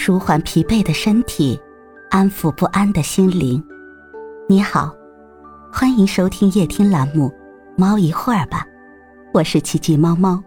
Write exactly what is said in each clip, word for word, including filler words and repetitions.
舒缓疲惫的身体，安抚不安的心灵。你好，欢迎收听夜听栏目《猫一会儿吧》，我是奇迹猫猫。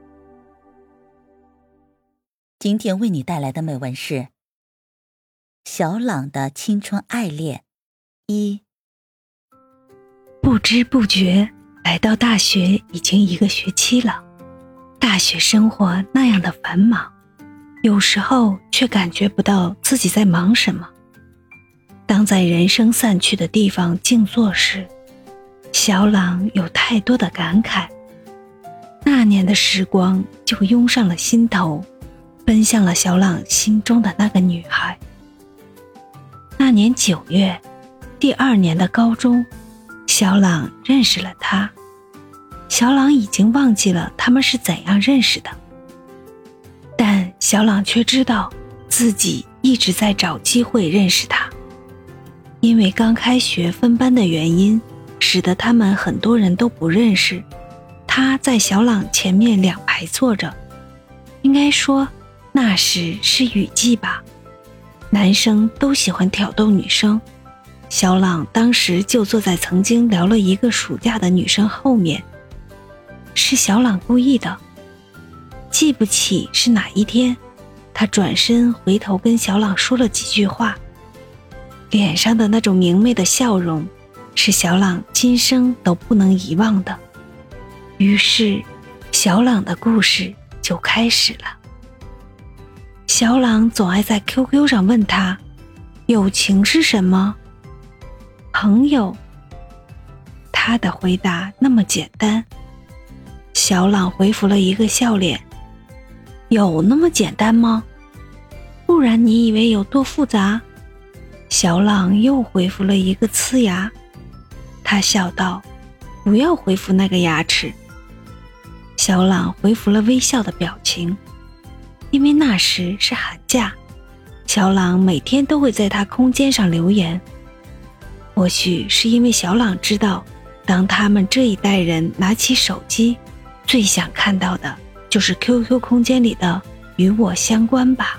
今天为你带来的美文是小朗的青春爱恋一。 不知不觉来到大学已经一个学期了，大学生活那样的繁忙，有时候却感觉不到自己在忙什么。当在人生散去的地方静坐时，小朗有太多的感慨。那年的时光就涌上了心头，奔向了小朗心中的那个女孩。那年九月，第二年的高中，小朗认识了她。小朗已经忘记了他们是怎样认识的，但小朗却知道自己一直在找机会认识她。因为刚开学分班的原因，使得他们很多人都不认识。他在小朗前面两排坐着，应该说那时是雨季吧。男生都喜欢挑逗女生，小朗当时就坐在曾经聊了一个暑假的女生后面。是小朗故意的，记不起是哪一天，他转身回头跟小朗说了几句话，脸上的那种明媚的笑容是小朗今生都不能遗忘的。于是小朗的故事就开始了。小朗总爱在 Q Q 上问他，友情是什么？朋友。他的回答那么简单。小朗回复了一个笑脸，有那么简单吗？不然你以为有多复杂？小朗又回复了一个呲牙。他笑道，不要回复那个牙齿。小朗回复了微笑的表情。因为那时是寒假，小朗每天都会在他空间上留言。或许是因为小朗知道，当他们这一代人拿起手机，最想看到的就是 Q Q 空间里的与我相关吧。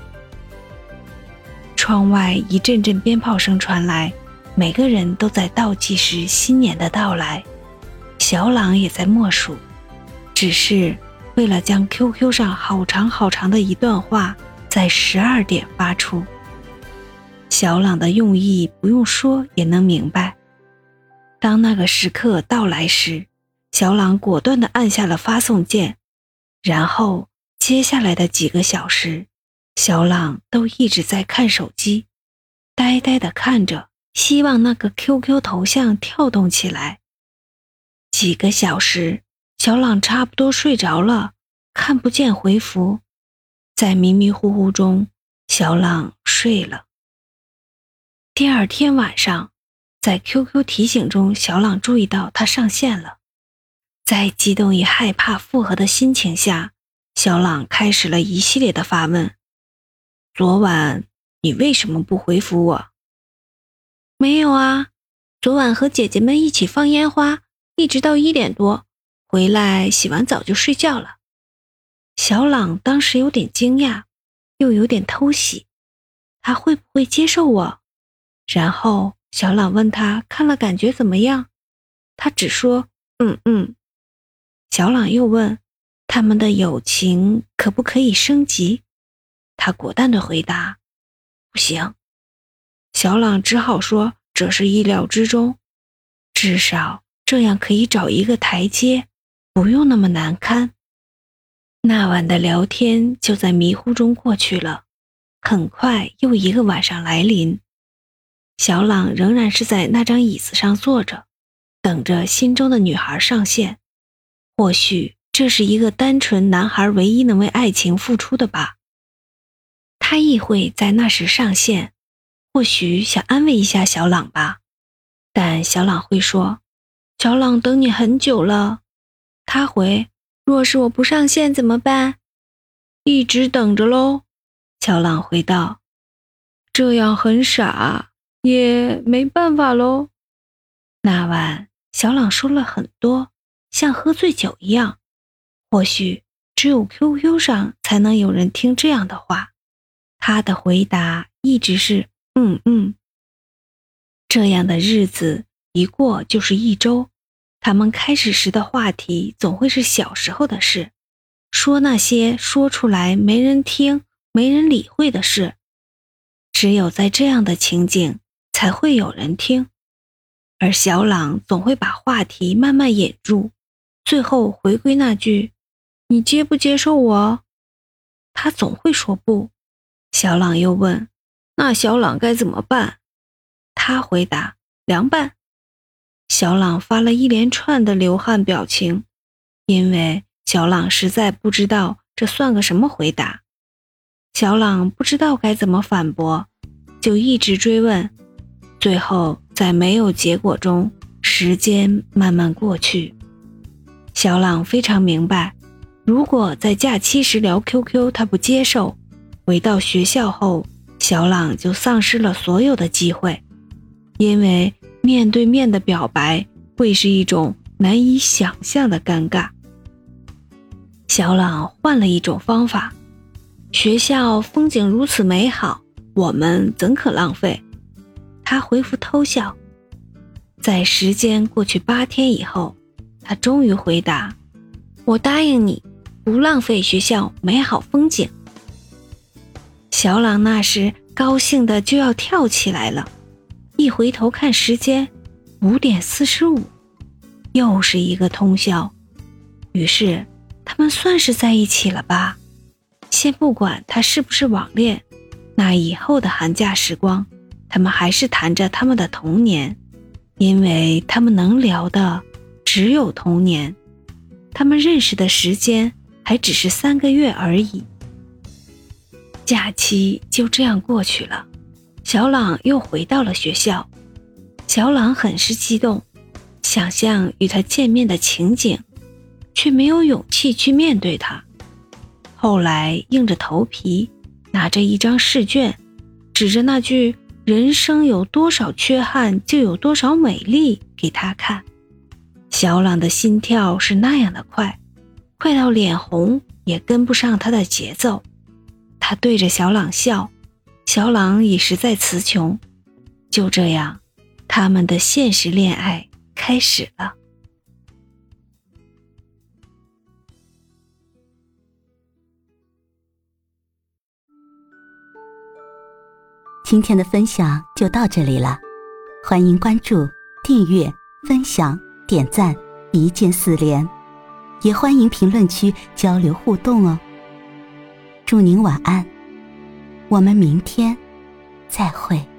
窗外一阵阵鞭炮声传来，每个人都在倒计时新年的到来。小朗也在默数，只是为了将 Q Q 上好长好长的一段话在十二点发出。小朗的用意不用说也能明白。当那个时刻到来时，小朗果断地按下了发送键，然后接下来的几个小时，小朗都一直在看手机，呆呆地看着，希望那个 Q Q 头像跳动起来。几个小时，小朗差不多睡着了，看不见回复，在迷迷糊糊中，小朗睡了。第二天晚上，在 Q Q 提醒中，小朗注意到他上线了。在激动与害怕复合的心情下，小朗开始了一系列的发问。昨晚你为什么不回复我？没有啊，昨晚和姐姐们一起放烟花，一直到一点多，回来洗完澡就睡觉了。小朗当时有点惊讶，又有点偷喜，他会不会接受我？然后小朗问他看了感觉怎么样，他只说嗯嗯。小朗又问他们的友情可不可以升级，他果断地回答不行。小朗只好说这是意料之中，至少这样可以找一个台阶，不用那么难堪。那晚的聊天就在迷糊中过去了，很快又一个晚上来临。小朗仍然是在那张椅子上坐着，等着心中的女孩上线。或许这是一个单纯男孩唯一能为爱情付出的吧。他亦会在那时上线，或许想安慰一下小朗吧。但小朗会说，小朗等你很久了。他回，若是我不上线怎么办？一直等着咯。小朗回道，这样很傻，也没办法咯。那晚小朗说了很多，像喝醉酒一样，或许只有 Q Q 上才能有人听这样的话。 他的回答一直是嗯嗯。这样的日子一过就是一周，他们开始时的话题总会是小时候的事，说那些说出来没人听、没人理会的事。只有在这样的情景，才会有人听。而小朗总会把话题慢慢引入，最后回归那句“你接不接受我？”他总会说不。小朗又问：“那小朗该怎么办？”他回答：“凉拌。”小朗发了一连串的流汗表情，因为小朗实在不知道这算个什么回答。小朗不知道该怎么反驳，就一直追问。最后在没有结果中，时间慢慢过去。小朗非常明白，如果在假期时聊 Q Q 他不接受，回到学校后，小朗就丧失了所有的机会，因为面对面的表白会是一种难以想象的尴尬。小朗换了一种方法，学校风景如此美好，我们怎可浪费？他回复偷笑。在时间过去八天以后，他终于回答：“我答应你，不浪费学校美好风景。”小朗那时高兴的就要跳起来了，一回头看时间，五点四十五，又是一个通宵。于是他们算是在一起了吧？先不管他是不是网恋，那以后的寒假时光，他们还是谈着他们的童年，因为他们能聊的只有童年。他们认识的时间还只是三个月而已。假期就这样过去了，小朗又回到了学校。小朗很是激动，想象与他见面的情景，却没有勇气去面对他。后来硬着头皮，拿着一张试卷，指着那句人生有多少缺憾就有多少美丽给他看。小朗的心跳是那样的快，快到脸红也跟不上他的节奏。他对着小朗笑，小朗已实在词穷。就这样，他们的现实恋爱开始了。 今天的分享就到这里了，欢迎关注、订阅、分享、点赞，一键四连，也欢迎评论区交流互动哦。祝您晚安，我们明天再会。